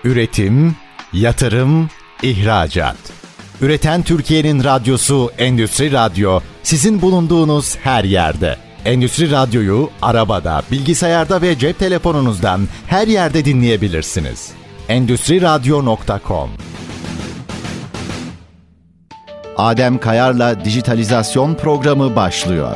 Üretim, yatırım, ihracat. Üreten Türkiye'nin radyosu Endüstri Radyo, sizin bulunduğunuz her yerde. Endüstri Radyo'yu arabada, bilgisayarda ve cep telefonunuzdan her yerde dinleyebilirsiniz. Endüstriradyo.com. Adem Kayar'la Dijitalizasyon programı başlıyor.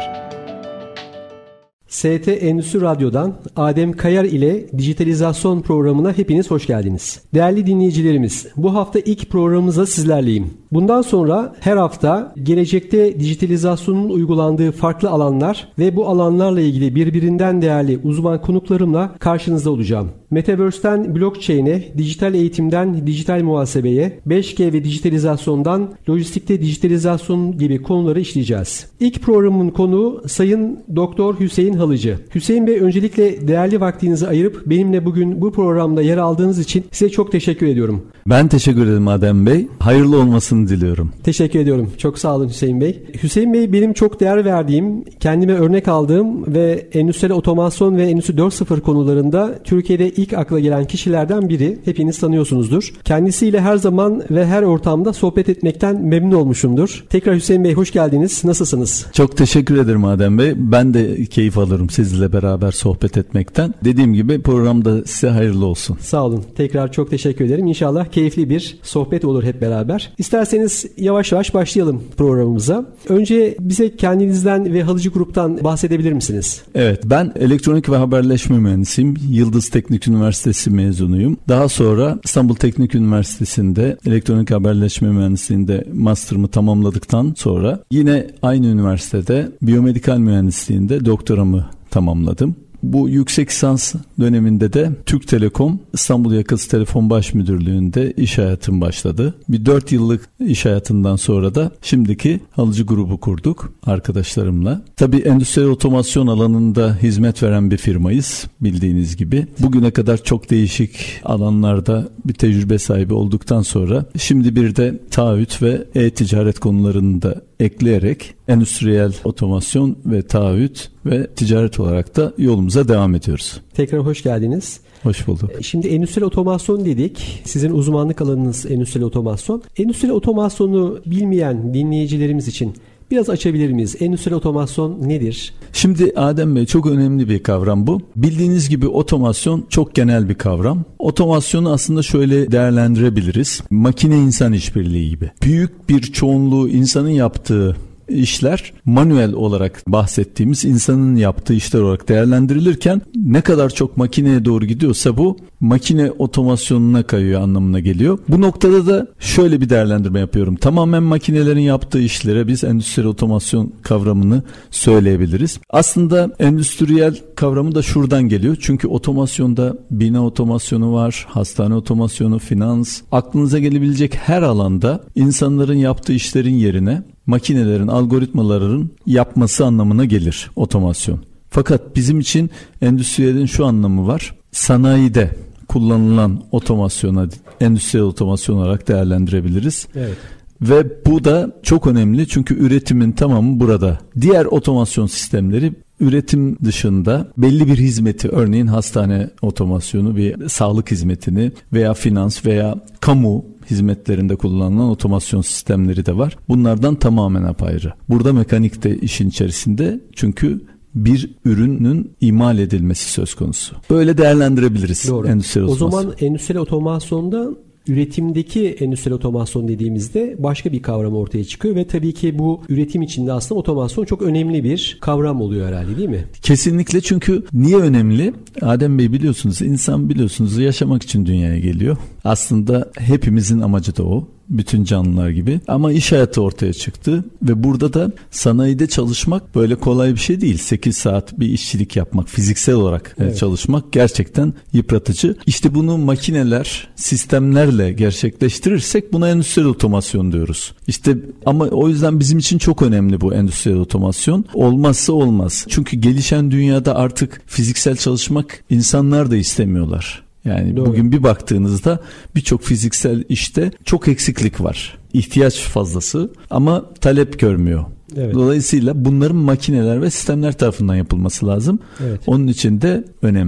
ST Endüstri Radyo'dan Adem Kayar ile Dijitalizasyon programına hepiniz hoş geldiniz. Değerli dinleyicilerimiz, bu hafta ilk programımızda sizlerleyim. Bundan sonra her hafta gelecekte dijitalizasyonun uygulandığı farklı alanlar ve bu alanlarla ilgili birbirinden değerli uzman konuklarımla karşınızda olacağım. Metaverse'ten blockchain'e, dijital eğitimden dijital muhasebeye, 5G ve dijitalizasyondan lojistikte dijitalizasyon gibi konuları işleyeceğiz. İlk programın konuğu Sayın Doktor Hüseyin Halıcı. Hüseyin Bey, öncelikle değerli vaktinizi ayırıp benimle bugün bu programda yer aldığınız için size çok teşekkür ediyorum. Ben teşekkür ederim Adem Bey. Hayırlı olmasını diliyorum. Teşekkür ediyorum. Çok sağ olun Hüseyin Bey. Hüseyin Bey benim çok değer verdiğim, kendime örnek aldığım ve endüstriyel otomasyon ve endüstri 4.0 konularında Türkiye'de ilk akla gelen kişilerden biri. Hepiniz tanıyorsunuzdur. Kendisiyle her zaman ve her ortamda sohbet etmekten memnun olmuşumdur. Tekrar Hüseyin Bey hoş geldiniz. Nasılsınız? Çok teşekkür ederim Adem Bey. Ben de keyif alırım sizinle beraber sohbet etmekten. Dediğim gibi programda size hayırlı olsun. Sağ olun. Tekrar çok teşekkür ederim. İnşallah keyifli bir sohbet olur hep beraber. İsterseniz yavaş yavaş başlayalım programımıza. Önce bize kendinizden ve Halıcı Grup'tan bahsedebilir misiniz? Evet, ben elektronik ve haberleşme mühendisiyim. Yıldız Teknik Üniversitesi mezunuyum. Daha sonra İstanbul Teknik Üniversitesi'nde elektronik haberleşme mühendisliğinde master'ımı tamamladıktan sonra yine aynı üniversitede biyomedikal mühendisliğinde doktoramı tamamladım. Bu yüksek lisans döneminde de Türk Telekom İstanbul Yakıts Telefon Baş Müdürlüğü'nde iş hayatım başladı. Bir 4 yıllık iş hayatından sonra da şimdiki Halıcı Grubu kurduk arkadaşlarımla. Tabii endüstriyel otomasyon alanında hizmet veren bir firmayız bildiğiniz gibi. Bugüne kadar çok değişik alanlarda bir tecrübe sahibi olduktan sonra şimdi bir de taahhüt ve e-ticaret konularını da ekleyerek endüstriyel otomasyon ve taahhüt ve ticaret olarak da yolumuza devam ediyoruz. Tekrar hoş geldiniz. Hoş bulduk. Şimdi endüstriyel otomasyon dedik. Sizin uzmanlık alanınız endüstriyel otomasyon. Endüstriyel otomasyonu bilmeyen dinleyicilerimiz için biraz açabilir miyiz? Endüstriyel otomasyon nedir? Şimdi Adem Bey, çok önemli bir kavram bu. Bildiğiniz gibi otomasyon çok genel bir kavram. Otomasyonu aslında şöyle değerlendirebiliriz. Makine insan işbirliği gibi. Büyük bir çoğunluğu insanın yaptığı işler manuel olarak bahsettiğimiz insanın yaptığı işler olarak değerlendirilirken ne kadar çok makineye doğru gidiyorsa bu makine otomasyonuna kayıyor anlamına geliyor. Bu noktada da şöyle bir değerlendirme yapıyorum. Tamamen makinelerin yaptığı işlere biz endüstriyel otomasyon kavramını söyleyebiliriz. Aslında endüstriyel kavramı da şuradan geliyor. Çünkü otomasyonda bina otomasyonu var, hastane otomasyonu, finans, aklınıza gelebilecek her alanda insanların yaptığı işlerin yerine makinelerin, algoritmaların yapması anlamına gelir otomasyon. Fakat bizim için endüstriyelin şu anlamı var. Sanayide kullanılan otomasyona endüstriyel otomasyon olarak değerlendirebiliriz. Evet. Ve bu da çok önemli çünkü üretimin tamamı burada. Diğer otomasyon sistemleri üretim dışında belli bir hizmeti, örneğin hastane otomasyonu bir sağlık hizmetini veya finans veya kamu hizmetlerinde kullanılan otomasyon sistemleri de var. Bunlardan tamamen apayrı. Burada mekanik de işin içerisinde çünkü bir ürünün imal edilmesi söz konusu. Böyle değerlendirebiliriz. Doğru. Endüstriyel otomasyon. O zaman endüstriyel otomasyonda üretimdeki endüstriyel otomasyon dediğimizde başka bir kavram ortaya çıkıyor ve tabii ki bu üretim içinde aslında otomasyon çok önemli bir kavram oluyor herhalde, değil mi? Kesinlikle, çünkü niye önemli? Adem Bey, biliyorsunuz, insan biliyorsunuz yaşamak için dünyaya geliyor. Aslında hepimizin amacı da o. Bütün canlılar gibi. Ama iş hayatı ortaya çıktı ve burada da sanayide çalışmak böyle kolay bir şey değil. 8 saat bir işçilik yapmak, fiziksel olarak çalışmak gerçekten yıpratıcı. İşte bunu makineler, sistemlerle gerçekleştirirsek buna endüstriyel otomasyon diyoruz. İşte ama o yüzden bizim için çok önemli bu endüstriyel otomasyon. Olmazsa olmaz. Çünkü gelişen dünyada artık fiziksel çalışmak insanlar da istemiyorlar. Yani doğru. Bugün bir baktığınızda birçok fiziksel işte çok eksiklik var. İhtiyaç fazlası ama talep görmüyor. Evet. Dolayısıyla bunların makineler ve sistemler tarafından yapılması lazım. Evet. Onun için de önemli.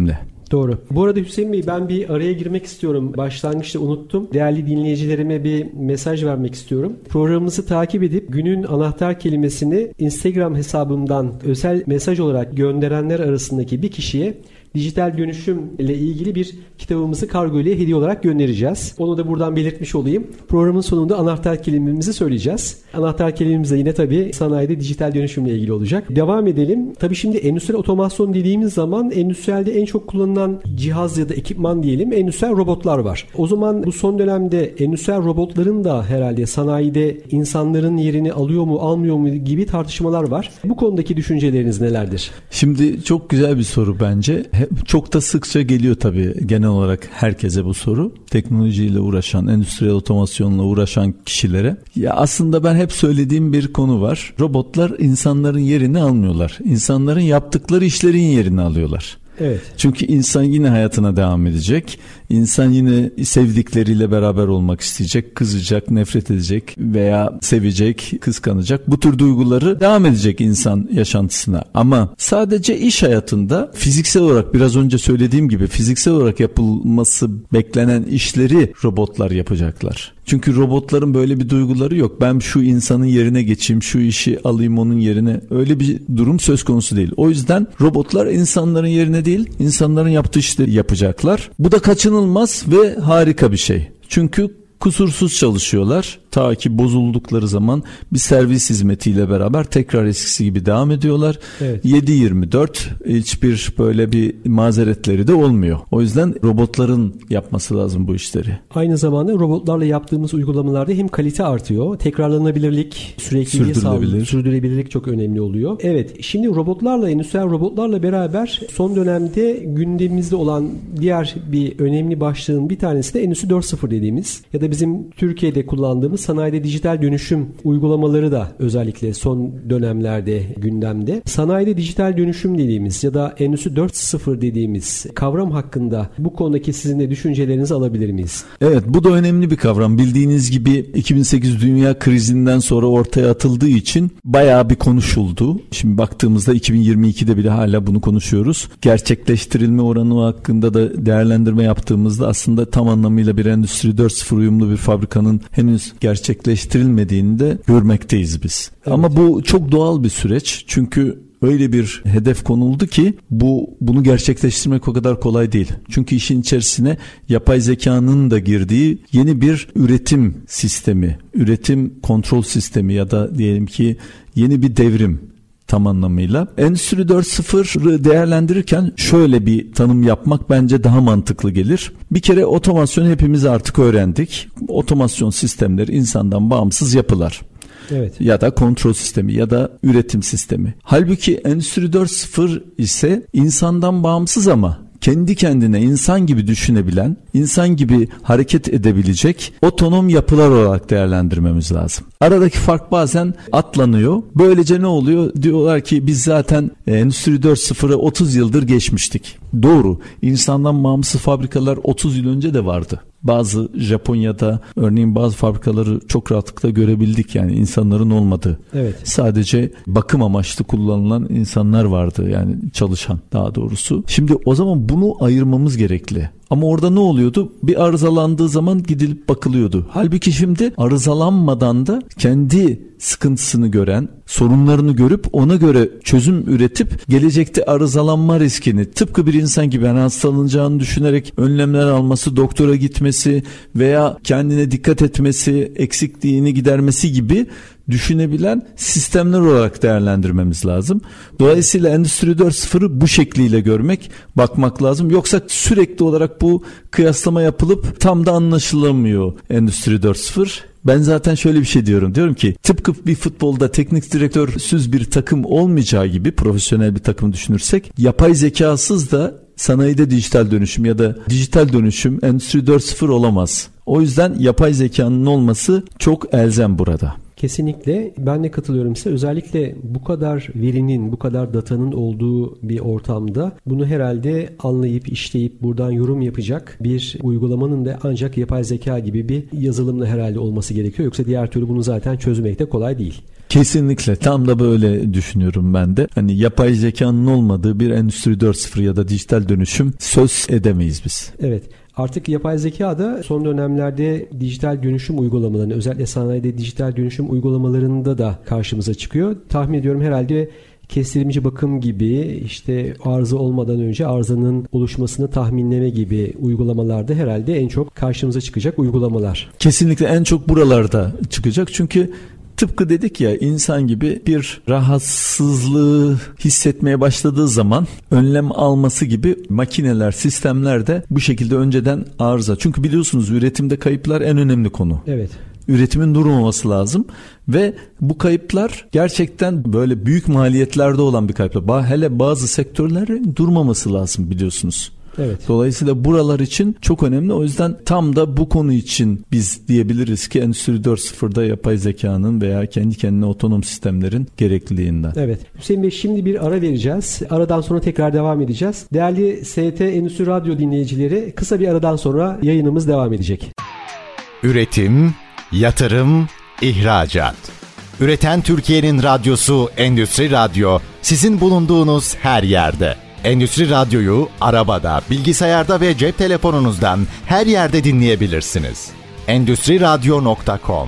Doğru. Bu arada Hüseyin Bey, ben bir araya girmek istiyorum. Başlangıçta unuttum. Değerli dinleyicilerime bir mesaj vermek istiyorum. Programımızı takip edip günün anahtar kelimesini Instagram hesabımdan özel mesaj olarak gönderenler arasındaki bir kişiye dijital dönüşüm ile ilgili bir kitabımızı kargo ile hediye olarak göndereceğiz. Onu da buradan belirtmiş olayım. Programın sonunda anahtar kelimemizi söyleyeceğiz. Anahtar kelimemiz de yine tabii sanayide dijital dönüşümle ilgili olacak. Devam edelim. Tabii şimdi endüstriyel otomasyon dediğimiz zaman endüstriyelde en çok kullanılan cihaz ya da ekipman diyelim endüstriyel robotlar var. O zaman bu son dönemde endüstriyel robotların da herhalde sanayide insanların yerini alıyor mu almıyor mu gibi tartışmalar var. Bu konudaki düşünceleriniz nelerdir? Şimdi çok güzel bir soru bence. Çok da sıkça geliyor tabii genel olarak herkese bu soru. Teknolojiyle uğraşan, endüstriyel otomasyonla uğraşan kişilere. Ya aslında ben hep söylediğim bir konu var. Robotlar insanların yerini almıyorlar. İnsanların yaptıkları işlerin yerini alıyorlar. Evet. Çünkü insan yine hayatına devam edecek. İnsan yine sevdikleriyle beraber olmak isteyecek, kızacak, nefret edecek veya sevecek, kıskanacak. Bu tür duyguları devam edecek insan yaşantısına. Ama sadece iş hayatında fiziksel olarak, biraz önce söylediğim gibi fiziksel olarak yapılması beklenen işleri robotlar yapacaklar. Çünkü robotların böyle bir duyguları yok. Ben şu insanın yerine geçeyim, şu işi alayım onun yerine. Öyle bir durum söz konusu değil. O yüzden robotlar insanların yerine değil, insanların yaptığı işleri yapacaklar. Bu da kaçınılmaz ve harika bir şey. Çünkü kusursuz çalışıyorlar. Ta ki bozuldukları zaman bir servis hizmetiyle beraber tekrar eskisi gibi devam ediyorlar. Evet. 7/24 hiçbir böyle bir mazeretleri de olmuyor. O yüzden robotların yapması lazım bu işleri. Aynı zamanda robotlarla yaptığımız uygulamalarda hem kalite artıyor, tekrarlanabilirlik, sürekliliği sağlıyor, sürdürülebilirlik çok önemli oluyor. Evet, şimdi robotlarla, endüstriyel robotlarla beraber son dönemde gündemimizde olan diğer bir önemli başlığın bir tanesi de Endüstri 4.0 dediğimiz ya da bizim Türkiye'de kullandığımız sanayide dijital dönüşüm uygulamaları da özellikle son dönemlerde gündemde. Sanayide dijital dönüşüm dediğimiz ya da Endüstri 4.0 dediğimiz kavram hakkında bu konudaki sizin de düşüncelerinizi alabilir miyiz? Evet, bu da önemli bir kavram. Bildiğiniz gibi 2008 dünya krizinden sonra ortaya atıldığı için bayağı bir konuşuldu. Şimdi baktığımızda 2022'de bile hala bunu konuşuyoruz. Gerçekleştirilme oranı hakkında da değerlendirme yaptığımızda aslında tam anlamıyla bir Endüstri 4.0 uyumlu bir fabrikanın henüz gerçekleştirilmediğini de görmekteyiz biz. Evet. Ama bu çok doğal bir süreç. Çünkü öyle bir hedef konuldu ki bunu gerçekleştirmek o kadar kolay değil. Çünkü işin içerisine yapay zekanın da girdiği yeni bir üretim sistemi, üretim kontrol sistemi ya da diyelim ki yeni bir devrim tam anlamıyla. Endüstri 4.0'ı değerlendirirken şöyle bir tanım yapmak bence daha mantıklı gelir. Bir kere otomasyonu hepimiz artık öğrendik. Otomasyon sistemleri insandan bağımsız yapılar. Evet. Ya da kontrol sistemi ya da üretim sistemi. Halbuki Endüstri 4.0 ise insandan bağımsız ama kendi kendine insan gibi düşünebilen, insan gibi hareket edebilecek otonom yapılar olarak değerlendirmemiz lazım. Aradaki fark bazen atlanıyor. Böylece ne oluyor? Diyorlar ki biz zaten Endüstri 4.0'ı 30 yıldır geçmiştik. Doğru. İnsandan bağımsız fabrikalar 30 yıl önce de vardı. Bazı Japonya'da örneğin bazı fabrikaları çok rahatlıkla görebildik, yani insanların olmadığı. Evet. Sadece bakım amaçlı kullanılan insanlar vardı, yani çalışan daha doğrusu. Şimdi o zaman bunu ayırmamız gerekli. Ama orada ne oluyordu? Bir arızalandığı zaman gidilip bakılıyordu. Halbuki şimdi arızalanmadan da kendi sıkıntısını gören, sorunlarını görüp ona göre çözüm üretip gelecekte arızalanma riskini tıpkı bir insan gibi hastalanacağını düşünerek önlemler alması, doktora gitmesi veya kendine dikkat etmesi, eksikliğini gidermesi gibi düşünebilen sistemler olarak değerlendirmemiz lazım. Dolayısıyla Endüstri 4.0'ı bu şekliyle görmek, bakmak lazım. Yoksa sürekli olarak bu kıyaslama yapılıp tam da anlaşılamıyor Endüstri 4.0. Ben zaten şöyle bir şey diyorum. Diyorum ki tıpkı bir futbolda teknik direktörsüz bir takım olmayacağı gibi, profesyonel bir takım düşünürsek, yapay zekasız da sanayide dijital dönüşüm ya da dijital dönüşüm Endüstri 4.0 olamaz. O yüzden yapay zekanın olması çok elzem burada. Kesinlikle ben de katılıyorum size. Özellikle bu kadar verinin, bu kadar datanın olduğu bir ortamda bunu herhalde anlayıp, işleyip buradan yorum yapacak bir uygulamanın da ancak yapay zeka gibi bir yazılımla herhalde olması gerekiyor. Yoksa diğer türlü bunu zaten çözmek de kolay değil. Kesinlikle tam da böyle düşünüyorum ben de. Hani yapay zekanın olmadığı bir Endüstri 4.0 ya da dijital dönüşüm söz edemeyiz biz. Evet. Artık yapay zeka da son dönemlerde dijital dönüşüm uygulamalarını, özellikle sanayide dijital dönüşüm uygulamalarında da karşımıza çıkıyor. Tahmin ediyorum herhalde kestirimci bakım gibi, işte arıza olmadan önce arızanın oluşmasını tahminleme gibi uygulamalarda herhalde en çok karşımıza çıkacak uygulamalar. Kesinlikle en çok buralarda çıkacak çünkü tıpkı dedik ya, insan gibi bir rahatsızlığı hissetmeye başladığı zaman önlem alması gibi makineler, sistemler de bu şekilde önceden arıza. Çünkü biliyorsunuz üretimde kayıplar en önemli konu. Evet. Üretimin durmaması lazım ve bu kayıplar gerçekten böyle büyük maliyetlerde olan bir kayıplar. Hele bazı sektörlerin durmaması lazım biliyorsunuz. Evet. Dolayısıyla buralar için çok önemli. O yüzden tam da bu konu için biz diyebiliriz ki Endüstri 4.0'da yapay zekanın veya kendi kendine otonom sistemlerin gerekliliğinden. Evet. Hüseyin Bey, şimdi bir ara vereceğiz. Aradan sonra tekrar devam edeceğiz. Değerli ST Endüstri Radyo dinleyicileri, kısa bir aradan sonra yayınımız devam edecek. Üretim, yatırım, ihracat. Üreten Türkiye'nin radyosu Endüstri Radyo, sizin bulunduğunuz her yerde. Endüstri Radyo'yu arabada, bilgisayarda ve cep telefonunuzdan her yerde dinleyebilirsiniz. Endüstriradyo.com.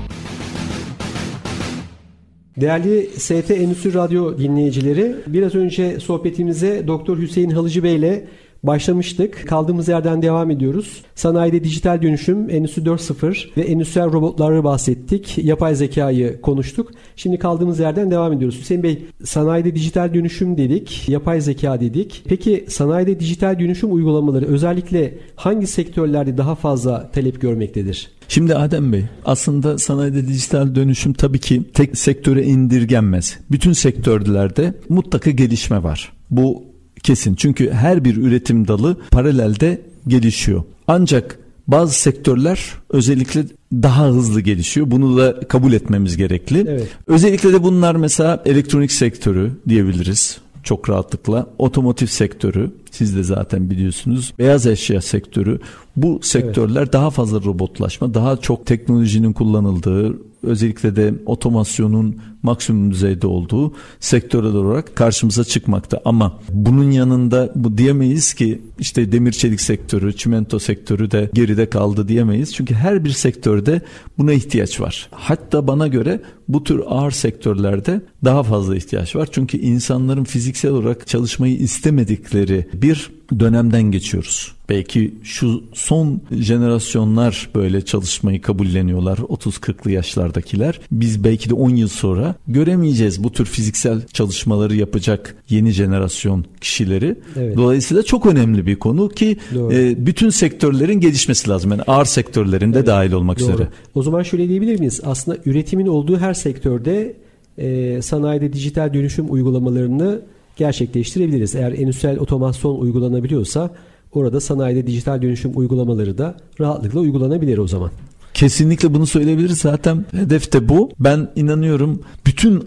Değerli ST Endüstri Radyo dinleyicileri, biraz önce sohbetimize Doktor Hüseyin Halıcı Bey ile başlamıştık. Kaldığımız yerden devam ediyoruz. Sanayide dijital dönüşüm, Endüstri 4.0 ve endüstriyel robotları bahsettik. Yapay zekayı konuştuk. Şimdi kaldığımız yerden devam ediyoruz. Hüseyin Bey, sanayide dijital dönüşüm dedik, yapay zeka dedik. Peki sanayide dijital dönüşüm uygulamaları özellikle hangi sektörlerde daha fazla talep görmektedir? Şimdi Adem Bey, aslında sanayide dijital dönüşüm tabii ki tek sektöre indirgenmez. Bütün sektörlerde mutlaka gelişme var. Bu kesin, çünkü her bir üretim dalı paralelde gelişiyor. Ancak bazı sektörler özellikle daha hızlı gelişiyor. Bunu da kabul etmemiz gerekli. Evet. Özellikle de bunlar mesela elektronik sektörü diyebiliriz çok rahatlıkla. Otomotiv sektörü, siz de zaten biliyorsunuz. Beyaz eşya sektörü. Bu sektörler daha fazla robotlaşma, daha çok teknolojinin kullanıldığı, özellikle de otomasyonun maksimum düzeyde olduğu sektörler olarak karşımıza çıkmakta. Ama bunun yanında bu diyemeyiz ki işte demir çelik sektörü, çimento sektörü de geride kaldı diyemeyiz. Çünkü her bir sektörde buna ihtiyaç var. Hatta bana göre bu tür ağır sektörlerde daha fazla ihtiyaç var. Çünkü insanların fiziksel olarak çalışmayı istemedikleri bir dönemden geçiyoruz. Belki şu son jenerasyonlar böyle çalışmayı kabulleniyorlar, 30-40'lı yaşlardakiler. Biz belki de 10 yıl sonra göremeyeceğiz bu tür fiziksel çalışmaları yapacak yeni jenerasyon kişileri. Evet. Dolayısıyla çok önemli bir konu ki bütün sektörlerin gelişmesi lazım. Yani ağır sektörlerinde dahil olmak üzere. O zaman şöyle diyebilir miyiz? Aslında üretimin olduğu her sektörde sanayide dijital dönüşüm uygulamalarını gerçekleştirebiliriz. Eğer endüstriyel otomasyon uygulanabiliyorsa orada sanayide dijital dönüşüm uygulamaları da rahatlıkla uygulanabilir o zaman. Kesinlikle bunu söyleyebiliriz. Zaten hedef de bu. Ben inanıyorum bütün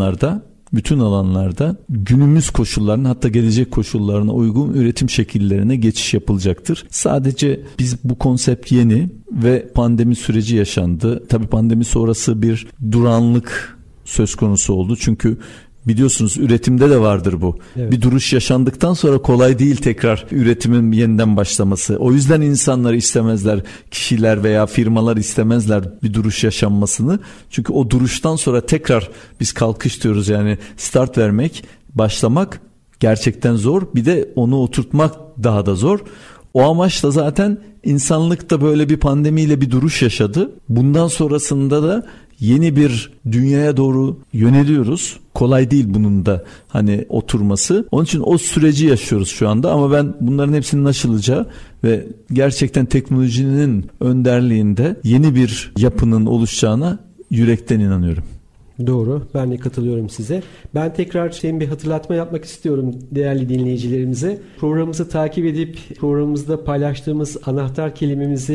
alanlarda günümüz koşullarına, hatta gelecek koşullarına uygun üretim şekillerine geçiş yapılacaktır. Sadece biz bu konsept yeni ve pandemi süreci yaşandı. Tabii pandemi sonrası bir duranlık söz konusu oldu. Çünkü biliyorsunuz üretimde de vardır bu. Evet. Bir duruş yaşandıktan sonra kolay değil tekrar üretimin yeniden başlaması. O yüzden insanlar istemezler, kişiler veya firmalar istemezler bir duruş yaşanmasını. Çünkü o duruştan sonra tekrar biz kalkış diyoruz, yani start vermek, başlamak gerçekten zor. Bir de onu oturtmak daha da zor. O amaçla zaten insanlık da böyle bir pandemiyle bir duruş yaşadı. Bundan sonrasında da yeni bir dünyaya doğru yöneliyoruz. Kolay değil bunun da hani oturması. Onun için o süreci yaşıyoruz şu anda, ama ben bunların hepsinin aşılacağı ve gerçekten teknolojinin önderliğinde yeni bir yapının oluşacağına yürekten inanıyorum. Doğru. Ben de katılıyorum size. Ben tekrar bir hatırlatma yapmak istiyorum değerli dinleyicilerimize. Programımızı takip edip programımızda paylaştığımız anahtar kelimemizi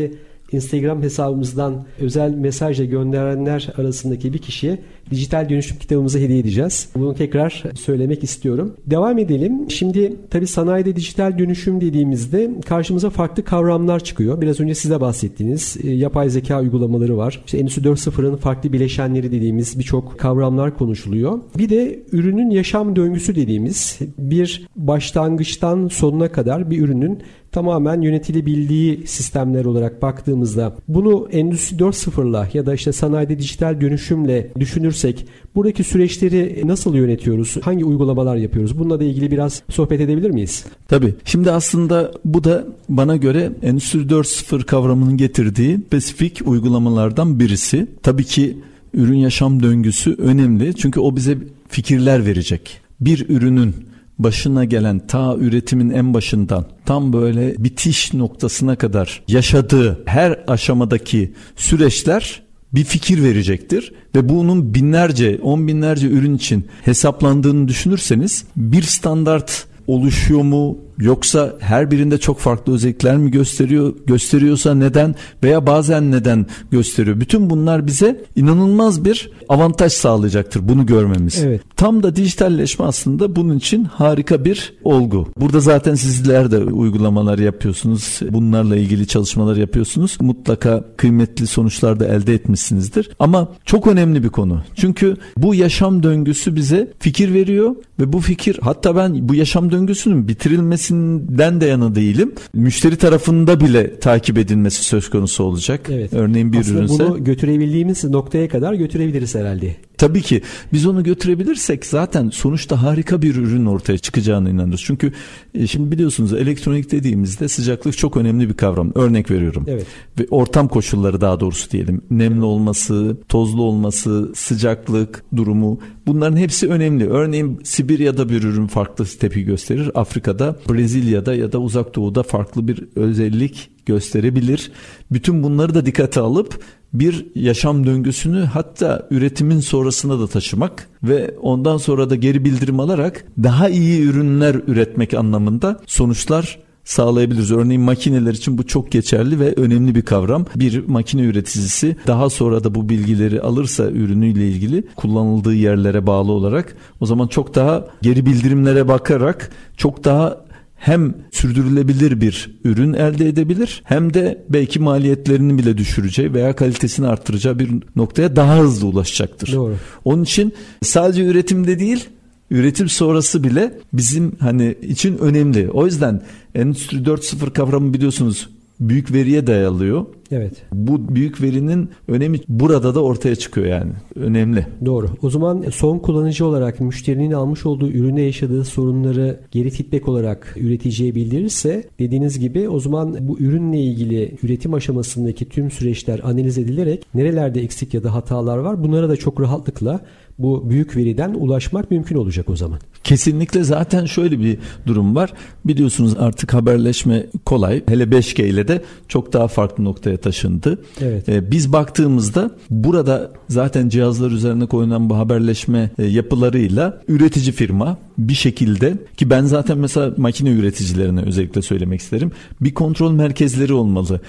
Instagram hesabımızdan özel mesajla gönderenler arasındaki bir kişiye dijital dönüşüm kitabımızı hediye edeceğiz. Bunu tekrar söylemek istiyorum. Devam edelim. Şimdi tabii sanayide dijital dönüşüm dediğimizde karşımıza farklı kavramlar çıkıyor. Biraz önce size bahsettiğiniz yapay zeka uygulamaları var. İşte Endüstri 4.0'ın farklı bileşenleri dediğimiz birçok kavramlar konuşuluyor. Bir de ürünün yaşam döngüsü dediğimiz bir başlangıçtan sonuna kadar bir ürünün tamamen yönetilebildiği sistemler olarak baktığımızda bunu Endüstri 4.0'la ya da işte sanayide dijital dönüşümle düşünürsek buradaki süreçleri nasıl yönetiyoruz? Hangi uygulamalar yapıyoruz? Bununla da ilgili biraz sohbet edebilir miyiz? Tabii. Şimdi aslında bu da bana göre Endüstri 4.0 kavramının getirdiği spesifik uygulamalardan birisi. Tabii ki ürün yaşam döngüsü önemli. Çünkü o bize fikirler verecek. Bir ürünün başına gelen ta üretimin en başından tam böyle bitiş noktasına kadar yaşadığı her aşamadaki süreçler bir fikir verecektir ve bunun binlerce, on binlerce ürün için hesaplandığını düşünürseniz bir standart oluşuyor mu? Yoksa her birinde çok farklı özellikler mi gösteriyorsa neden veya bazen neden gösteriyor? Bütün bunlar bize inanılmaz bir avantaj sağlayacaktır bunu görmemiz. Evet. Tam da dijitalleşme aslında bunun için harika bir olgu. Burada zaten sizler de uygulamalar yapıyorsunuz. Bunlarla ilgili çalışmalar yapıyorsunuz. Mutlaka kıymetli sonuçlar da elde etmişsinizdir. Ama çok önemli bir konu. Çünkü bu yaşam döngüsü bize fikir veriyor ve bu fikir, hatta ben bu yaşam döngüsünün bitirilmesinden de yana değilim. Müşteri tarafında bile takip edilmesi söz konusu olacak. Evet. Örneğin bir aslında ürünse. Bunu götürebildiğimiz noktaya kadar götürebiliriz herhalde. Tabii ki biz onu götürebilirsek zaten sonuçta harika bir ürün ortaya çıkacağına inanırız. Çünkü şimdi biliyorsunuz elektronik dediğimizde sıcaklık çok önemli bir kavram. Örnek veriyorum. Evet. Ve ortam koşulları daha doğrusu diyelim. Nemli olması, tozlu olması, sıcaklık durumu, bunların hepsi önemli. Örneğin Sibirya'da bir ürün farklı tepki gösterir. Afrika'da, Brezilya'da ya da Uzak Doğu'da farklı bir özellik gösterebilir. Bütün bunları da dikkate alıp bir yaşam döngüsünü hatta üretimin sonrasına da taşımak ve ondan sonra da geri bildirim alarak daha iyi ürünler üretmek anlamında sonuçlar sağlayabiliriz. Örneğin makineler için bu çok geçerli ve önemli bir kavram. Bir makine üreticisi daha sonra da bu bilgileri alırsa ürünüyle ilgili kullanıldığı yerlere bağlı olarak o zaman çok daha geri bildirimlere bakarak çok daha hem sürdürülebilir bir ürün elde edebilir hem de belki maliyetlerini bile düşüreceği veya kalitesini arttıracağı bir noktaya daha hızlı ulaşacaktır. Doğru. Onun için sadece üretimde değil, üretim sonrası bile bizim için önemli. O yüzden Endüstri 4.0 kavramı biliyorsunuz büyük veriye dayalıyor. Evet. Bu büyük verinin önemi burada da ortaya çıkıyor yani. Önemli. Doğru. O zaman son kullanıcı olarak müşterinin almış olduğu ürüne yaşadığı sorunları geri feedback olarak üreticiye bildirirse dediğiniz gibi o zaman bu ürünle ilgili üretim aşamasındaki tüm süreçler analiz edilerek nerelerde eksik ya da hatalar var bunlara da çok rahatlıkla bu büyük veriden ulaşmak mümkün olacak o zaman. Kesinlikle. Zaten şöyle bir durum var. Biliyorsunuz artık haberleşme kolay. Hele 5G ile de çok daha farklı noktaya taşındı. Evet. Biz baktığımızda burada zaten cihazlar üzerine koyulan bu haberleşme yapılarıyla üretici firma bir şekilde, ki ben zaten mesela makine üreticilerine özellikle söylemek isterim. Bir kontrol merkezleri olmalı.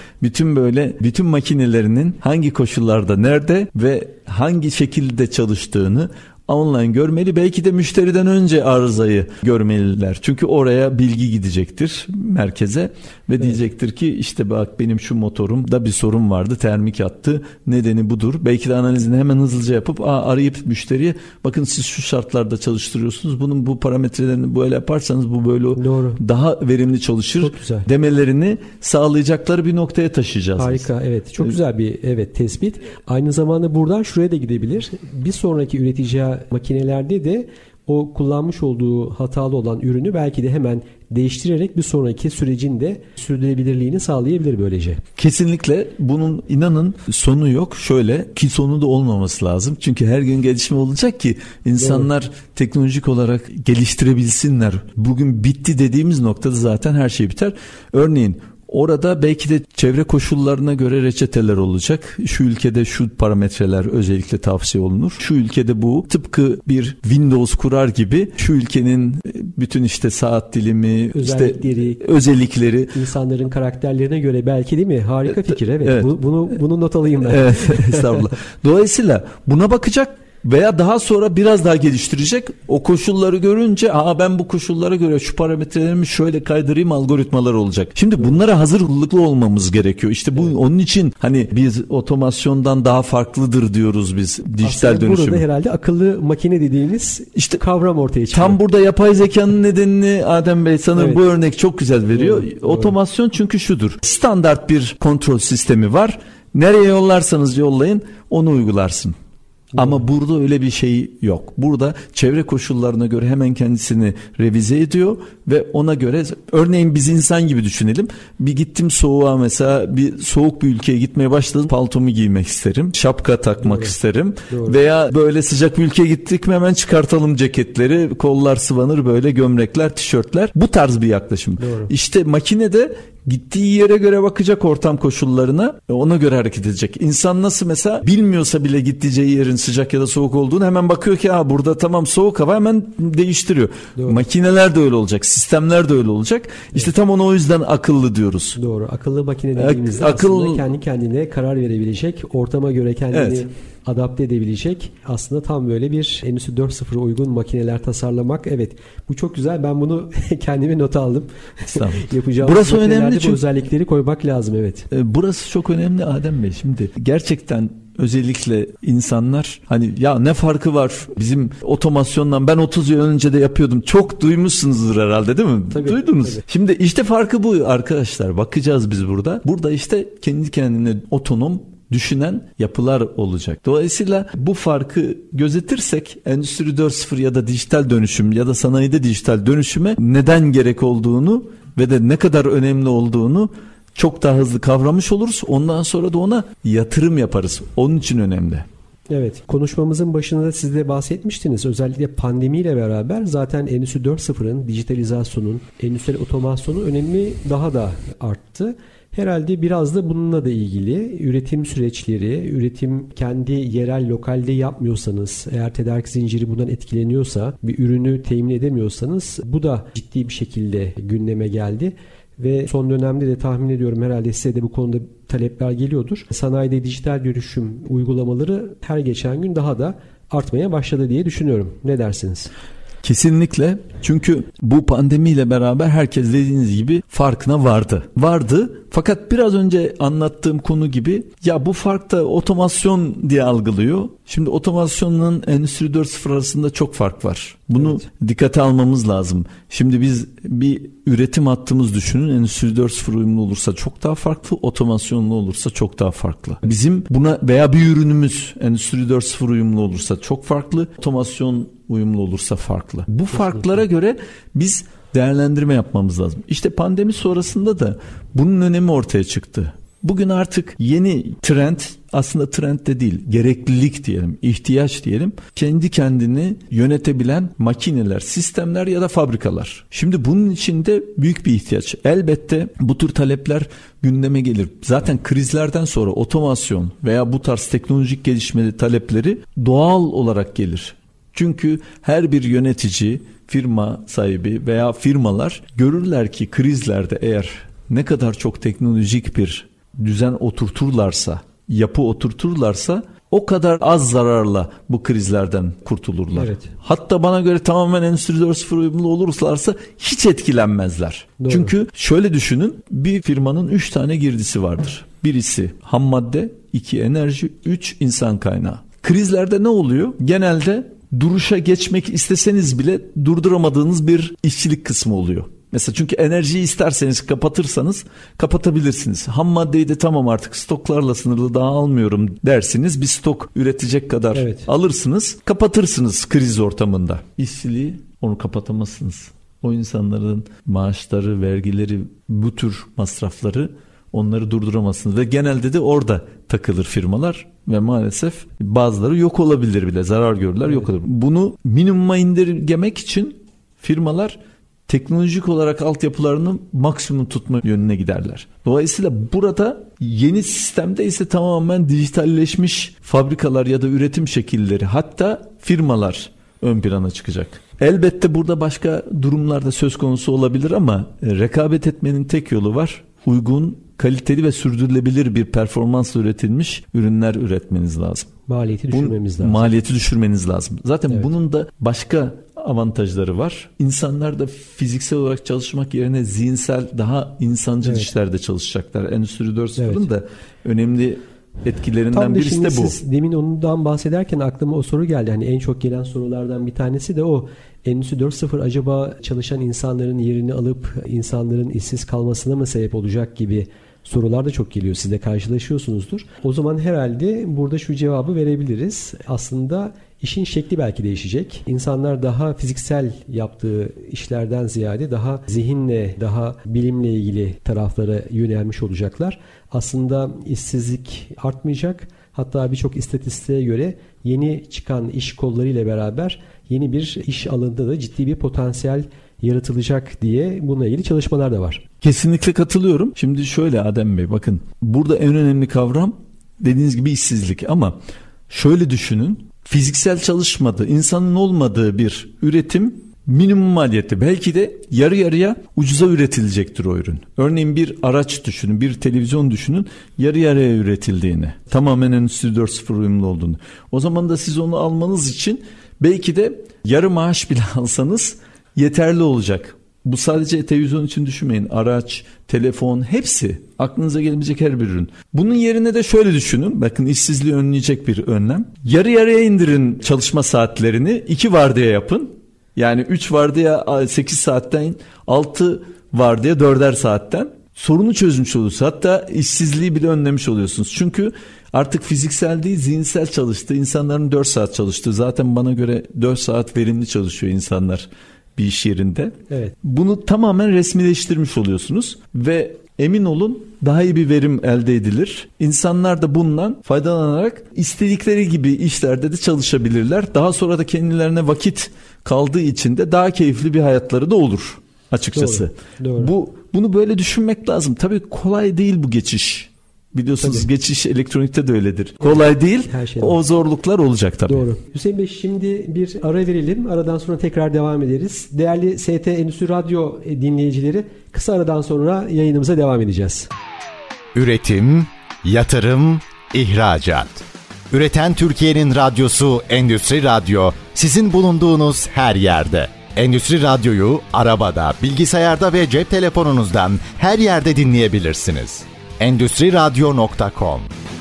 Bütün makinelerinin hangi koşullarda, nerede ve hangi şekilde çalıştığını online görmeli. Belki de müşteriden önce arızayı görmeliler. Çünkü oraya bilgi gidecektir merkeze ve diyecektir ki işte bak benim şu motorumda bir sorun vardı, termik attı. Nedeni budur. Belki de analizini hemen hızlıca yapıp arayıp müşteriye bakın siz şu şartlarda çalıştırıyorsunuz. Bunun bu parametrelerini böyle yaparsanız bu böyle doğru, daha verimli çalışır demelerini sağlayacakları bir noktaya taşıyacağız. Harika. Biz. Evet. Çok güzel bir tespit. Aynı zamanda buradan şuraya da gidebilir. Bir sonraki üreticiye makinelerde de o kullanmış olduğu hatalı olan ürünü belki de hemen değiştirerek bir sonraki sürecin de sürdürülebilirliğini sağlayabilir böylece. Kesinlikle. Bunun inanın sonu yok. Şöyle ki sonu da olmaması lazım. Çünkü her gün gelişme olacak ki insanlar teknolojik olarak geliştirebilsinler. Bugün bitti dediğimiz noktada zaten her şey biter. Örneğin Orada belki de çevre koşullarına göre reçeteler olacak. Şu ülkede şu parametreler özellikle tavsiye olunur. Şu ülkede bu, tıpkı bir Windows kurar gibi şu ülkenin bütün işte saat dilimi, özellikleri insanların karakterlerine göre belki, değil mi? Harika fikir. Evet. Bunu not alayım ben. Evet. Estağfurullah. Dolayısıyla buna bakacak veya daha sonra biraz daha geliştirecek. O koşulları görünce ben bu koşullara göre şu parametrelerimi şöyle kaydırayım, algoritmalar olacak. Şimdi bunlara hazırlıklı olmamız gerekiyor. İşte bu onun için hani biz otomasyondan daha farklıdır diyoruz biz dijital aslında dönüşüm. Burada herhalde akıllı makine dediğimiz işte kavram ortaya çıkıyor. Tam burada yapay zekanın nedenini Adem Bey sanırım bu örnek çok güzel veriyor. Doğru. Otomasyon çünkü şudur. Standart bir kontrol sistemi var. Nereye yollarsanız yollayın onu uygularsın. Ama burada öyle bir şey yok. Burada çevre koşullarına göre hemen kendisini revize ediyor ve ona göre, örneğin biz insan gibi düşünelim. Bir gittim soğuğa, mesela bir soğuk bir ülkeye gitmeye başladım. Paltomu giymek isterim. Şapka takmak isterim. Doğru. Veya böyle sıcak bir ülkeye gittik mi hemen çıkartalım ceketleri. Kollar sıvanır, böyle gömlekler, tişörtler. Bu tarz bir yaklaşım. Doğru. İşte makinede gittiği yere göre bakacak, ortam koşullarına, ona göre hareket edecek. İnsan nasıl mesela bilmiyorsa bile gideceği yerin sıcak ya da soğuk olduğunu hemen bakıyor ki burada tamam soğuk hava, hemen değiştiriyor. Doğru. Makineler de öyle olacak, sistemler de öyle olacak. İşte tam ona o yüzden akıllı diyoruz. Doğru. Akıllı makine dediğimizde aslında kendi kendine karar verebilecek, ortama göre kendini adapte edebilecek, aslında tam böyle bir Endüstri 4.0'a uygun makineler tasarlamak. Evet, bu çok güzel. Ben bunu kendime not aldım. Yapacağımız burası önemli, bu özellikleri koymak lazım. Evet. Burası çok önemli Adem Bey. Şimdi gerçekten özellikle insanlar hani ya ne farkı var bizim otomasyondan, ben 30 yıl önce de yapıyordum. Çok duymuşsunuzdur herhalde, değil mi? Tabii, duydunuz. Tabii. Şimdi işte farkı bu arkadaşlar. Bakacağız biz burada. Burada işte kendi kendine otonom düşünen yapılar olacak. Dolayısıyla bu farkı gözetirsek Endüstri 4.0 ya da dijital dönüşüm ya da sanayide dijital dönüşüme neden gerek olduğunu ve de ne kadar önemli olduğunu çok daha hızlı kavramış oluruz. Ondan sonra da ona yatırım yaparız. Onun için önemli. Evet, konuşmamızın başında da siz de bahsetmiştiniz. Özellikle pandemiyle beraber zaten Endüstri 4.0'ın, dijitalizasyonun, endüstriyel otomasyonun önemi daha da arttı. Herhalde biraz da bununla da ilgili üretim süreçleri, üretim kendi yerel, lokalde yapmıyorsanız, eğer tedarik zinciri bundan etkileniyorsa, bir ürünü temin edemiyorsanız bu da ciddi bir şekilde gündeme geldi. Ve son dönemde de tahmin ediyorum herhalde size de bu konuda talepler geliyordur. Sanayide dijital dönüşüm uygulamaları her geçen gün daha da artmaya başladı diye düşünüyorum. Ne dersiniz? Kesinlikle. Çünkü bu pandemiyle beraber herkes dediğiniz gibi farkına vardı. Fakat biraz önce anlattığım konu gibi ya bu fark da otomasyon diye algılıyor. Şimdi otomasyonla Endüstri 4.0 arasında çok fark var. Bunu dikkate almamız lazım. Şimdi biz bir üretim hattımız düşünün. Endüstri 4.0 uyumlu olursa çok daha farklı, otomasyonlu olursa çok daha farklı. Bizim buna veya bir ürünümüz Endüstri 4.0 uyumlu olursa çok farklı, otomasyon uyumlu olursa farklı. Bu farklara göre biz değerlendirme yapmamız lazım. İşte pandemi sonrasında da bunun önemi ortaya çıktı. Bugün artık yeni trend, aslında trend de değil, gereklilik diyelim, ihtiyaç diyelim. Kendi kendini yönetebilen makineler, sistemler ya da fabrikalar. Şimdi bunun içinde büyük bir ihtiyaç. Elbette bu tür talepler gündeme gelir. Zaten krizlerden sonra otomasyon veya bu tarz teknolojik gelişme talepleri doğal olarak gelir. Çünkü her bir yönetici, firma sahibi veya firmalar görürler ki krizlerde eğer ne kadar çok teknolojik bir düzen oturturlarsa, yapı oturturlarsa o kadar az zararla bu krizlerden kurtulurlar. Evet. Hatta bana göre tamamen Endüstri 4.0 uyumlu olurlarsa hiç etkilenmezler. Doğru. Çünkü şöyle düşünün, bir firmanın 3 tane girdisi vardır. Birisi ham madde, 2 enerji, 3 insan kaynağı. Krizlerde ne oluyor? Genelde duruşa geçmek isteseniz bile durduramadığınız bir işçilik kısmı oluyor. Mesela çünkü enerjiyi isterseniz kapatırsanız kapatabilirsiniz. Ham maddeyi de tamam artık stoklarla sınırlı daha almıyorum dersiniz. Bir stok üretecek kadar alırsınız, kapatırsınız kriz ortamında. İşçiliği onu kapatamazsınız. O insanların maaşları, vergileri, bu tür masrafları onları durduramazsınız. Ve genelde de orada takılır firmalar ve maalesef bazıları yok olabilir bile, zarar görürler, yok olur. Bunu minimuma indirgemek için firmalar teknolojik olarak altyapılarını maksimum tutma yönüne giderler. Dolayısıyla burada yeni sistemde ise tamamen dijitalleşmiş fabrikalar ya da üretim şekilleri, hatta firmalar ön plana çıkacak. Elbette burada başka durumlarda söz konusu olabilir ama rekabet etmenin tek yolu var. Uygun, kaliteli ve sürdürülebilir bir performansla üretilmiş ürünler üretmeniz lazım. Maliyeti düşürmeniz lazım. Zaten bunun da başka avantajları var. İnsanlar da fiziksel olarak çalışmak yerine zihinsel, daha insancıl işlerde çalışacaklar. Endüstri 4.0'ın da önemli etkilerinden birisi de bu. Siz demin ondan bahsederken aklıma o soru geldi. Hani en çok gelen sorulardan bir tanesi de o. Endüstri 4.0 acaba çalışan insanların yerini alıp insanların işsiz kalmasına mı sebep olacak gibi sorular da çok geliyor. Siz de karşılaşıyorsunuzdur. O zaman herhalde burada şu cevabı verebiliriz. Aslında işin şekli belki değişecek. İnsanlar daha fiziksel yaptığı işlerden ziyade daha zihinle, daha bilimle ilgili taraflara yönelmiş olacaklar. Aslında işsizlik artmayacak. Hatta birçok istatistiğe göre yeni çıkan iş kollarıyla beraber yeni bir iş alanında da ciddi bir potansiyel yaratılacak diye bununla ilgili çalışmalar da var. Kesinlikle katılıyorum. Şimdi şöyle Adem Bey, bakın burada en önemli kavram dediğiniz gibi işsizlik, ama şöyle düşünün, fiziksel çalışmadığı, insanın olmadığı bir üretim minimum maliyette, belki de yarı yarıya ucuza üretilecektir o ürün. Örneğin bir araç düşünün, bir televizyon düşünün, yarı yarıya üretildiğini, tamamen Endüstri 4.0 uyumlu olduğunu. O zaman da siz onu almanız için belki de yarı maaş bile alsanız yeterli olacak. Bu sadece televizyon için düşünmeyin. Araç, telefon, hepsi aklınıza gelebilecek her bir ürün. Bunun yerine de şöyle düşünün. Bakın, işsizliği önleyecek bir önlem. Yarı yarıya indirin çalışma saatlerini. 2 vardiya yapın. Yani 3 vardiya 8 saatten, 6 vardiya 4'er saatten. Sorunu çözmüş olursa, hatta işsizliği bile önlemiş oluyorsunuz. Çünkü artık fiziksel değil, zihinsel çalıştığı, insanların 4 saat çalıştığı, zaten bana göre 4 saat verimli çalışıyor insanlar bir iş yerinde. Evet. Bunu tamamen resmileştirmiş oluyorsunuz ve emin olun daha iyi bir verim elde edilir. İnsanlar da bundan faydalanarak istedikleri gibi işlerde de çalışabilirler. Daha sonra da kendilerine vakit kaldığı için de daha keyifli bir hayatları da olur açıkçası. Doğru. Bunu böyle düşünmek lazım. Tabii kolay değil bu geçiş. Biliyorsunuz geçiş elektronikte de öyledir. Kolay değil. O zorluklar olacak tabii. Doğru. Hüseyin Bey, şimdi bir ara verelim. Aradan sonra tekrar devam ederiz. Değerli ST Endüstri Radyo dinleyicileri, kısa aradan sonra yayınımıza devam edeceğiz. Üretim, yatırım, ihracat. Üreten Türkiye'nin radyosu Endüstri Radyo, sizin bulunduğunuz her yerde. Endüstri Radyo'yu arabada, bilgisayarda ve cep telefonunuzdan her yerde dinleyebilirsiniz. Endüstriradyo.com.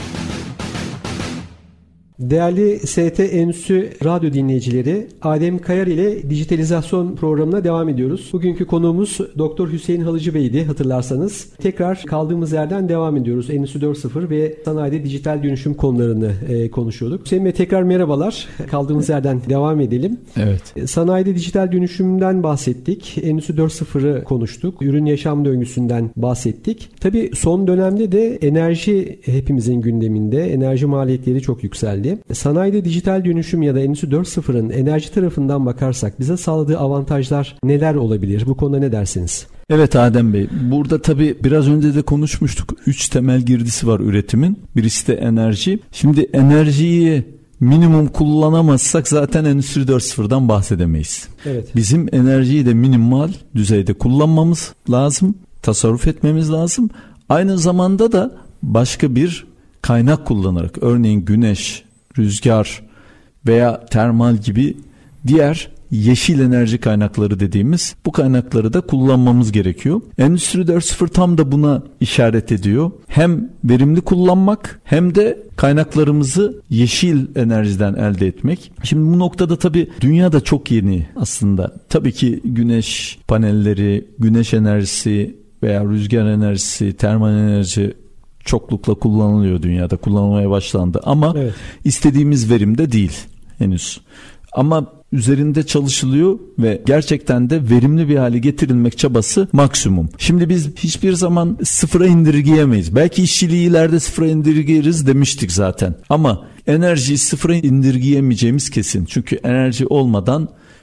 Değerli ST Endüstri Radyo dinleyicileri, Adem Kayar ile dijitalizasyon programına devam ediyoruz. Bugünkü konuğumuz Dr. Hüseyin Halıcı Bey'di, hatırlarsanız. Tekrar kaldığımız yerden devam ediyoruz. Endüstri 4.0 ve sanayide dijital dönüşüm konularını konuşuyorduk. Hüseyin Bey, tekrar merhabalar. Kaldığımız yerden devam edelim. Evet. Sanayide dijital dönüşümden bahsettik. Endüstri 4.0'ı konuştuk. Ürün yaşam döngüsünden bahsettik. Tabii son dönemde de enerji hepimizin gündeminde. Enerji maliyetleri çok yükseldi. Sanayide dijital dönüşüm ya da Endüstri 4.0'ın enerji tarafından bakarsak bize sağladığı avantajlar neler olabilir? Bu konuda ne dersiniz? Evet Adem Bey, burada tabii biraz önce de konuşmuştuk. 3 temel girdisi var üretimin. Birisi de enerji. Şimdi enerjiyi minimum kullanamazsak zaten Endüstri 4.0'dan bahsedemeyiz. Evet. Bizim enerjiyi de minimal düzeyde kullanmamız lazım. Tasarruf etmemiz lazım. Aynı zamanda da başka bir kaynak kullanarak, örneğin güneş, rüzgar veya termal gibi diğer yeşil enerji kaynakları dediğimiz bu kaynakları da kullanmamız gerekiyor. Endüstri 4.0 tam da buna işaret ediyor. Hem verimli kullanmak hem de kaynaklarımızı yeşil enerjiden elde etmek. Şimdi bu noktada tabii dünya da çok yeni aslında. Tabii ki güneş panelleri, güneş enerjisi veya rüzgar enerjisi, termal enerji çoklukla kullanılıyor, dünyada kullanılmaya başlandı ama evet, istediğimiz verimde değil henüz. Ama üzerinde çalışılıyor ve gerçekten de verimli bir hale getirilmek çabası maksimum. Şimdi biz hiçbir zaman sıfıra indirgeyemeyiz. Belki işçiliği ileride sıfıra indirgeyeriz demiştik zaten. Ama enerjiyi sıfıra indirgeyemeyeceğimiz kesin. Çünkü enerji olmadan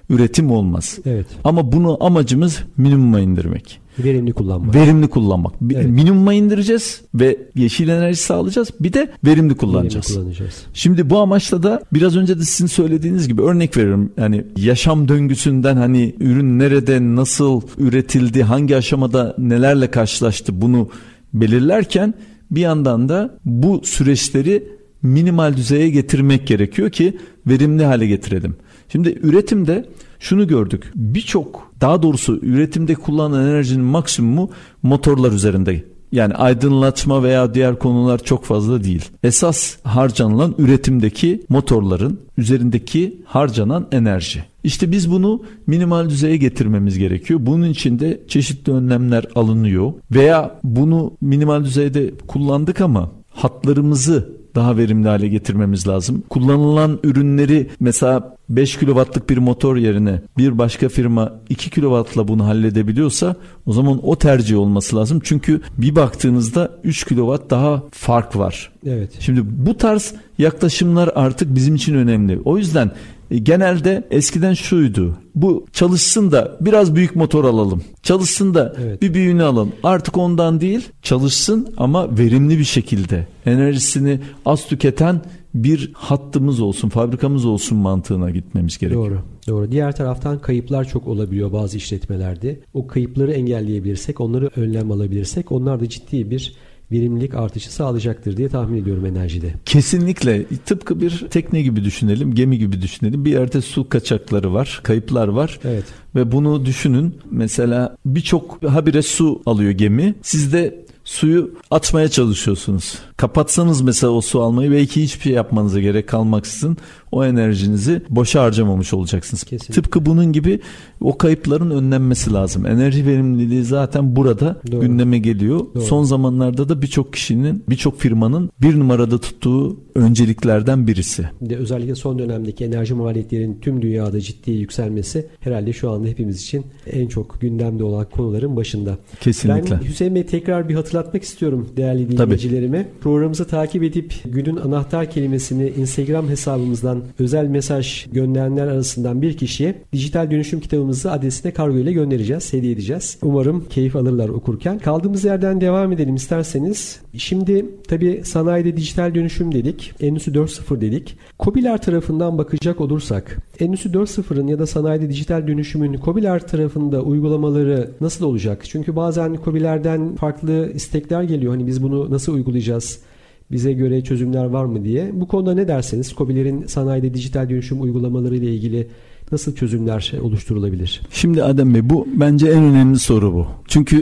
üretim olmaz. Evet. Ama bunu amacımız minimuma indirmek. Verimli kullanmak. Verimli kullanmak. Evet. Minimuma indireceğiz ve yeşil enerji sağlayacağız. Bir de verimli kullanacağız. Şimdi bu amaçla da biraz önce de sizin söylediğiniz gibi örnek veriyorum. Yani yaşam döngüsünden hani ürün nerede, nasıl üretildi, hangi aşamada nelerle karşılaştı bunu belirlerken bir yandan da bu süreçleri minimal düzeye getirmek gerekiyor ki verimli hale getirelim. Şimdi üretimde şunu gördük. Daha doğrusu üretimde kullanılan enerjinin maksimumu motorlar üzerinde. Yani aydınlatma veya diğer konular çok fazla değil. Esas harcanılan üretimdeki motorların üzerindeki harcanan enerji. İşte biz bunu minimal düzeye getirmemiz gerekiyor. Bunun için de çeşitli önlemler alınıyor. Veya bunu minimal düzeyde kullandık ama hatlarımızı daha verimli hale getirmemiz lazım. Kullanılan ürünleri mesela 5 kW'lık bir motor yerine bir başka firma 2 kW'la bunu halledebiliyorsa o zaman o tercih olması lazım. Çünkü bir baktığınızda 3 kW daha fark var. Evet. Şimdi bu tarz yaklaşımlar artık bizim için önemli. O yüzden genelde eskiden şuydu. Bu çalışsın da biraz büyük motor alalım. Çalışsın da bir büyüğünü alalım. Artık ondan değil, çalışsın ama verimli bir şekilde. Enerjisini az tüketen bir hattımız olsun, fabrikamız olsun mantığına gitmemiz gerekiyor. Doğru. Diğer taraftan kayıplar çok olabiliyor bazı işletmelerde. O kayıpları engelleyebilirsek, onları önlem alabilirsek onlar da ciddi bir verimlilik artışı sağlayacaktır diye tahmin ediyorum enerjide. Kesinlikle. Tıpkı bir tekne gibi düşünelim, gemi gibi düşünelim. Bir yerde su kaçakları var, kayıplar var. Evet. Ve bunu düşünün. Mesela birçok habire su alıyor gemi. Siz de suyu atmaya çalışıyorsunuz. Kapatsanız mesela o su almayı belki hiçbir şey yapmanıza gerek kalmaksızın o enerjinizi boşa harcamamış olacaksınız. Kesinlikle. Tıpkı bunun gibi o kayıpların önlenmesi lazım. Enerji verimliliği zaten burada gündeme geliyor. Doğru. Son zamanlarda da birçok firmanın bir numarada tuttuğu önceliklerden birisi. Özellikle son dönemdeki enerji maliyetlerinin tüm dünyada ciddi yükselmesi herhalde şu anda hepimiz için en çok gündemde olan konuların başında. Kesinlikle. Ben Hüseyin Bey tekrar bir hatırlatmak istiyorum değerli dinleyicilerime. Programımızı takip edip günün anahtar kelimesini Instagram hesabımızdan özel mesaj gönderenler arasından bir kişiye dijital dönüşüm kitabımızı adresine kargo ile göndereceğiz, hediye edeceğiz. Umarım keyif alırlar okurken. Kaldığımız yerden devam edelim isterseniz. Şimdi tabii sanayide dijital dönüşüm dedik, Endüstri 4.0 dedik. KOBİ'ler tarafından bakacak olursak, Endüstri 4.0'ın ya da sanayide dijital dönüşümün KOBİ'ler tarafında uygulamaları nasıl olacak? Çünkü bazen KOBİ'lerden farklı istekler geliyor. Hani biz bunu nasıl uygulayacağız? Bize göre çözümler var mı diye. Bu konuda ne derseniz KOBİ'lerin sanayide dijital dönüşüm uygulamaları ile ilgili nasıl çözümler oluşturulabilir? Şimdi Adem Bey, bu bence en önemli soru bu. Çünkü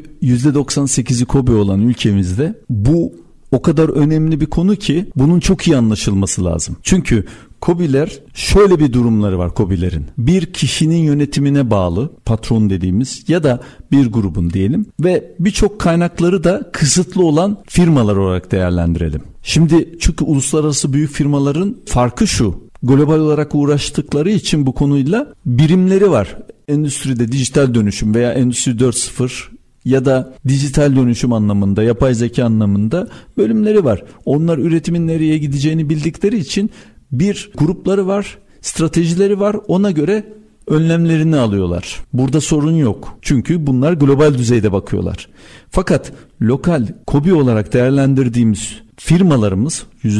%98'i KOBİ olan ülkemizde bu o kadar önemli bir konu ki bunun çok iyi anlaşılması lazım. Çünkü KOBİ'ler, şöyle bir durumları var KOBİ'lerin. Bir kişinin yönetimine bağlı, patron dediğimiz ya da bir grubun diyelim ve birçok kaynakları da kısıtlı olan firmalar olarak değerlendirelim. Şimdi çünkü uluslararası büyük firmaların farkı şu: global olarak uğraştıkları için bu konuyla birimleri var. Endüstride dijital dönüşüm veya Endüstri 4.0 ya da dijital dönüşüm anlamında, yapay zeka anlamında bölümleri var. Onlar üretimin nereye gideceğini bildikleri için bir grupları var, stratejileri var. Ona göre önlemlerini alıyorlar. Burada sorun yok. Çünkü bunlar global düzeyde bakıyorlar. Fakat lokal KOBİ olarak değerlendirdiğimiz firmalarımız,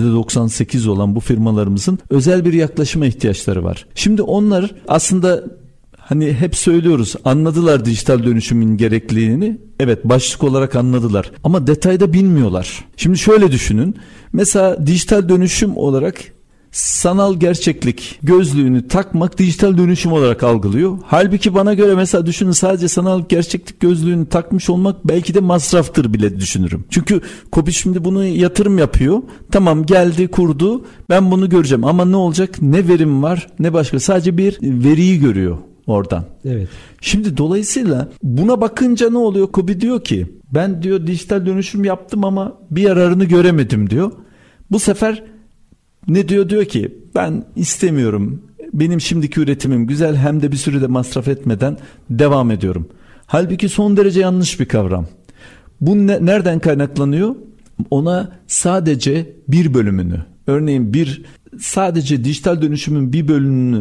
%98 olan bu firmalarımızın özel bir yaklaşıma ihtiyaçları var. Şimdi onlar aslında hani hep söylüyoruz, anladılar dijital dönüşümün gerekliliğini. Evet, başlık olarak anladılar ama detayda bilmiyorlar. Şimdi şöyle düşünün. Mesela dijital dönüşüm olarak sanal gerçeklik gözlüğünü takmak dijital dönüşüm olarak algılıyor. Halbuki bana göre mesela düşünün, sadece sanal gerçeklik gözlüğünü takmış olmak belki de masraftır bile düşünürüm. Çünkü KOBİ şimdi bunu yatırım yapıyor. Tamam, geldi kurdu, ben bunu göreceğim ama ne olacak? Ne verim var ne başka, sadece bir veriyi görüyor oradan. Evet. Şimdi dolayısıyla buna bakınca ne oluyor? KOBİ diyor ki ben diyor dijital dönüşüm yaptım ama bir yararını göremedim diyor. Bu sefer ne diyor? Diyor ki ben istemiyorum. Benim şimdiki üretimim güzel, hem de bir sürü de masraf etmeden devam ediyorum. Halbuki son derece yanlış bir kavram. Bu nereden kaynaklanıyor? Ona sadece bir bölümünü, örneğin sadece dijital dönüşümün bir bölümünü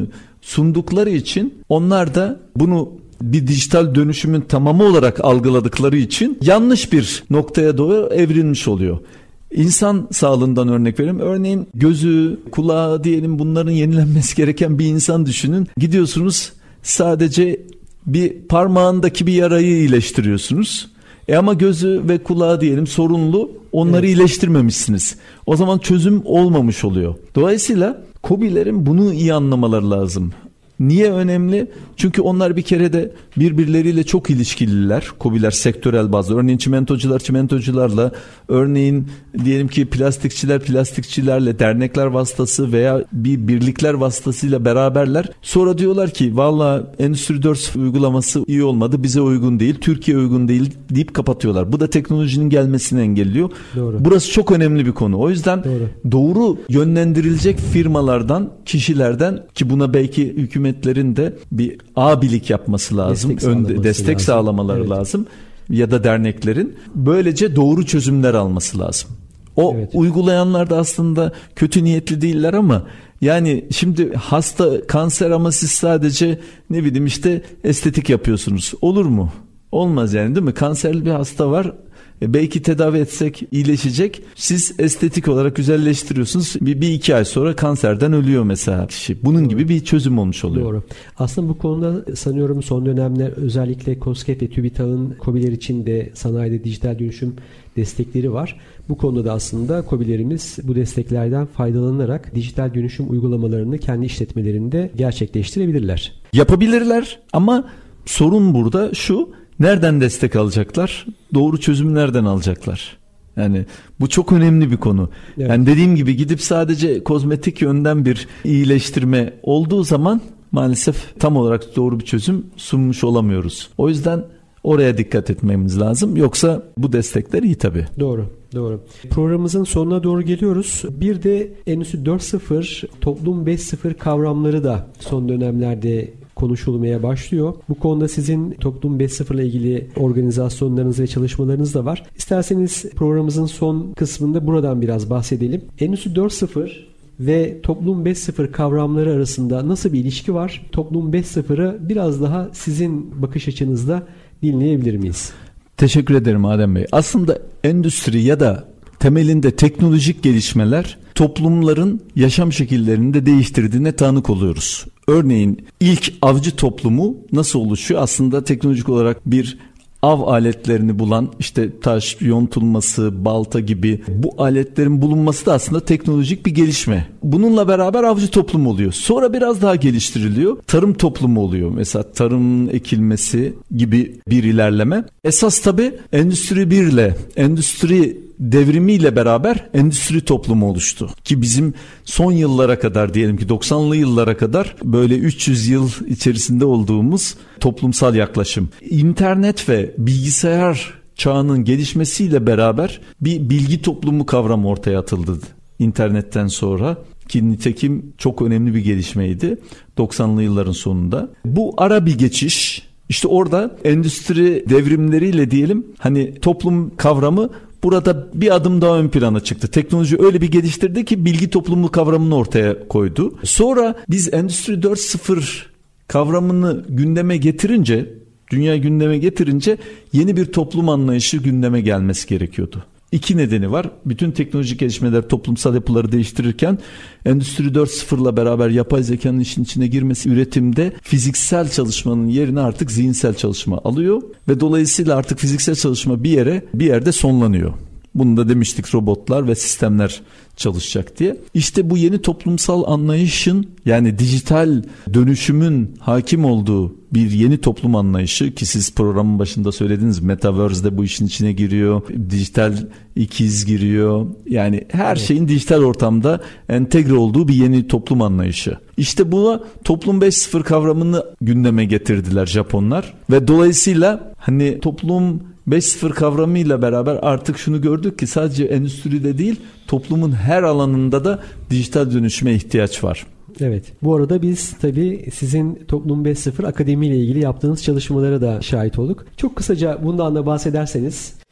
sundukları için onlar da bunu bir dijital dönüşümün tamamı olarak algıladıkları için yanlış bir noktaya doğru evrilmiş oluyor. İnsan sağlığından örnek vereyim. Örneğin gözü, kulağı diyelim, bunların yenilenmesi gereken bir insan düşünün. Gidiyorsunuz sadece bir parmağındaki bir yarayı iyileştiriyorsunuz. Ama gözü ve kulağı diyelim sorunlu, onları iyileştirmemişsiniz. O zaman çözüm olmamış oluyor. Dolayısıyla KOBİ'lerin bunu iyi anlamaları lazım. Niye önemli? Çünkü onlar bir kere de birbirleriyle çok ilişkililer. KOBİ'ler sektörel bazda. Örneğin çimentocular çimentocularla, örneğin diyelim ki plastikçiler plastikçilerle, dernekler vasıtası veya bir birlikler vasıtasıyla beraberler. Sonra diyorlar ki valla Endüstri 4.0 uygulaması iyi olmadı, bize uygun değil, Türkiye uygun değil deyip kapatıyorlar. Bu da teknolojinin gelmesini engelliyor. Doğru. Burası çok önemli bir konu. O yüzden doğru yönlendirilecek firmalardan, kişilerden, ki buna belki hükümetlerin de bir abilik yapması lazım. Destek sağlamaları lazım. Ya da derneklerin böylece doğru çözümler alması lazım. Uygulayanlar da aslında kötü niyetli değiller ama yani şimdi hasta kanser ama siz sadece ne bileyim işte estetik yapıyorsunuz. Olur mu? Olmaz yani, değil mi? Kanserli bir hasta var. Belki tedavi etsek iyileşecek. Siz estetik olarak güzelleştiriyorsunuz. Bir iki ay sonra kanserden ölüyor mesela kişi. Bunun gibi bir çözüm olmuş oluyor. Doğru. Aslında bu konuda sanıyorum son dönemler özellikle KOSGEB ve TÜBİTAK'ın KOBİ'ler için de sanayide dijital dönüşüm destekleri var. Bu konuda da aslında KOBİ'lerimiz bu desteklerden faydalanarak dijital dönüşüm uygulamalarını kendi işletmelerinde gerçekleştirebilirler. Yapabilirler ama sorun burada şu: nereden destek alacaklar? Doğru çözümü nereden alacaklar? Yani bu çok önemli bir konu. Evet. Yani dediğim gibi gidip sadece kozmetik yönden bir iyileştirme olduğu zaman maalesef tam olarak doğru bir çözüm sunmuş olamıyoruz. O yüzden oraya dikkat etmemiz lazım. Yoksa bu destekler iyi tabii. Doğru. Programımızın sonuna doğru geliyoruz. Bir de Endüstri 4.0, Toplum 5.0 kavramları da son dönemlerde konuşulmaya başlıyor. Bu konuda sizin Toplum 5.0 ile ilgili organizasyonlarınız ve çalışmalarınız da var. İsterseniz programımızın son kısmında buradan biraz bahsedelim. Endüstri 4.0 ve Toplum 5.0 kavramları arasında nasıl bir ilişki var? Toplum 5.0'ı biraz daha sizin bakış açınızda dinleyebilir miyiz? Teşekkür ederim Adem Bey. Aslında endüstri ya da temelinde teknolojik gelişmeler toplumların yaşam şekillerini de değiştirdiğine tanık oluyoruz. Örneğin ilk avcı toplumu nasıl oluşuyor? Aslında teknolojik olarak bir av aletlerini bulan, işte taş yontulması, balta gibi bu aletlerin bulunması da aslında teknolojik bir gelişme. Bununla beraber avcı toplumu oluyor. Sonra biraz daha geliştiriliyor. Tarım toplumu oluyor. Mesela tarımın ekilmesi gibi bir ilerleme. Esas tabii Endüstri 1 ile Endüstri devrimiyle beraber endüstri toplumu oluştu. Ki bizim son yıllara kadar, diyelim ki 90'lı yıllara kadar böyle 300 yıl içerisinde olduğumuz toplumsal yaklaşım. İnternet ve bilgisayar çağının gelişmesiyle beraber bir bilgi toplumu kavramı ortaya atıldı internetten sonra. Ki nitekim çok önemli bir gelişmeydi 90'lı yılların sonunda. Bu ara bir geçiş. İşte orada endüstri devrimleriyle diyelim hani toplum kavramı burada bir adım daha ön plana çıktı. Teknoloji öyle bir geliştirdi ki bilgi toplumu kavramını ortaya koydu. Sonra biz Endüstri 4.0 kavramını gündeme getirince, dünya gündeme getirince yeni bir toplum anlayışı gündeme gelmesi gerekiyordu. İki nedeni var. Bütün teknolojik gelişmeler toplumsal yapıları değiştirirken Endüstri 4.0 ile beraber yapay zekanın işin içine girmesi üretimde fiziksel çalışmanın yerine artık zihinsel çalışma alıyor ve dolayısıyla artık fiziksel çalışma bir yerde sonlanıyor. Bunu da demiştik, robotlar ve sistemler çalışacak diye. İşte bu yeni toplumsal anlayışın, yani dijital dönüşümün hakim olduğu bir yeni toplum anlayışı, ki siz programın başında söylediniz, Metaverse de bu işin içine giriyor, dijital ikiz giriyor. Yani her şeyin dijital ortamda entegre olduğu bir yeni toplum anlayışı. İşte buna Toplum 5.0 kavramını gündeme getirdiler Japonlar ve dolayısıyla hani Toplum 5.0 kavramıyla beraber artık şunu gördük ki sadece endüstride değil, toplumun her alanında da dijital dönüşüme ihtiyaç var. Evet. Bu arada biz tabii sizin Toplum 5.0 Akademi ile ilgili yaptığınız çalışmalara da şahit olduk. Çok kısaca bundan da bahsederseniz.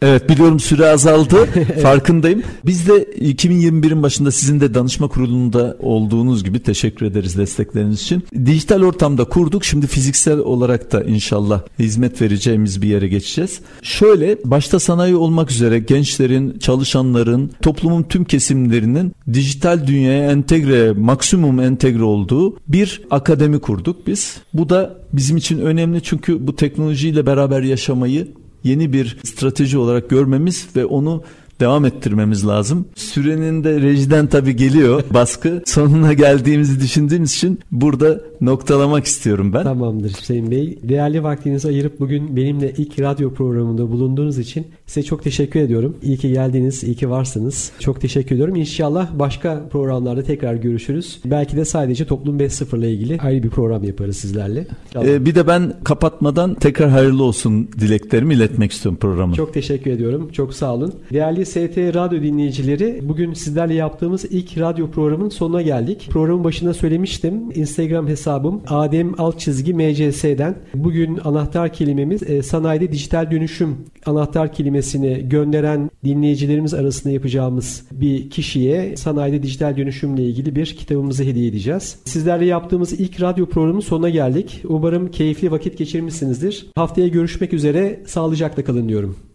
Evet, biliyorum süre azaldı. Farkındayım. Biz de 2021'in başında sizin de danışma kurulunda olduğunuz gibi, teşekkür ederiz destekleriniz için. Dijital ortamda kurduk. Şimdi fiziksel olarak da inşallah hizmet vereceğimiz bir yere geçeceğiz. Şöyle, başta sanayi olmak üzere gençlerin, çalışanların, toplumun tüm kesimlerinin dijital dünyaya maksimum entegre olduğu bir akademi kurduk biz. Bu da bizim için önemli, çünkü bu teknolojiyle beraber yaşamayı yeni bir strateji olarak görmemiz ve onu devam ettirmemiz lazım. Sürenin de rejiden tabii geliyor baskı. Sonuna geldiğimizi düşündüğümüz için burada noktalamak istiyorum ben. Tamamdır Hüseyin Bey. Değerli vaktinizi ayırıp bugün benimle ilk radyo programında bulunduğunuz için size çok teşekkür ediyorum. İyi ki geldiniz, iyi ki varsınız. Çok teşekkür ediyorum. İnşallah başka programlarda tekrar görüşürüz. Belki de sadece Toplum 5.0 ile ilgili ayrı bir program yaparız sizlerle. Bir de ben kapatmadan tekrar hayırlı olsun dileklerimi iletmek istiyorum programı. Çok teşekkür ediyorum. Çok sağ olun. Değerli ST Radyo dinleyicileri, bugün sizlerle yaptığımız ilk radyo programının sonuna geldik. Programın başında söylemiştim. Instagram hesabım adem_mcs'den. Bugün anahtar kelimemiz sanayide dijital dönüşüm anahtar kelimesini gönderen dinleyicilerimiz arasında yapacağımız bir kişiye sanayide dijital dönüşümle ilgili bir kitabımızı hediye edeceğiz. Sizlerle yaptığımız ilk radyo programının sonuna geldik. Umarım keyifli vakit geçirmişsinizdir. Haftaya görüşmek üzere. Sağlıcakla kalın diyorum.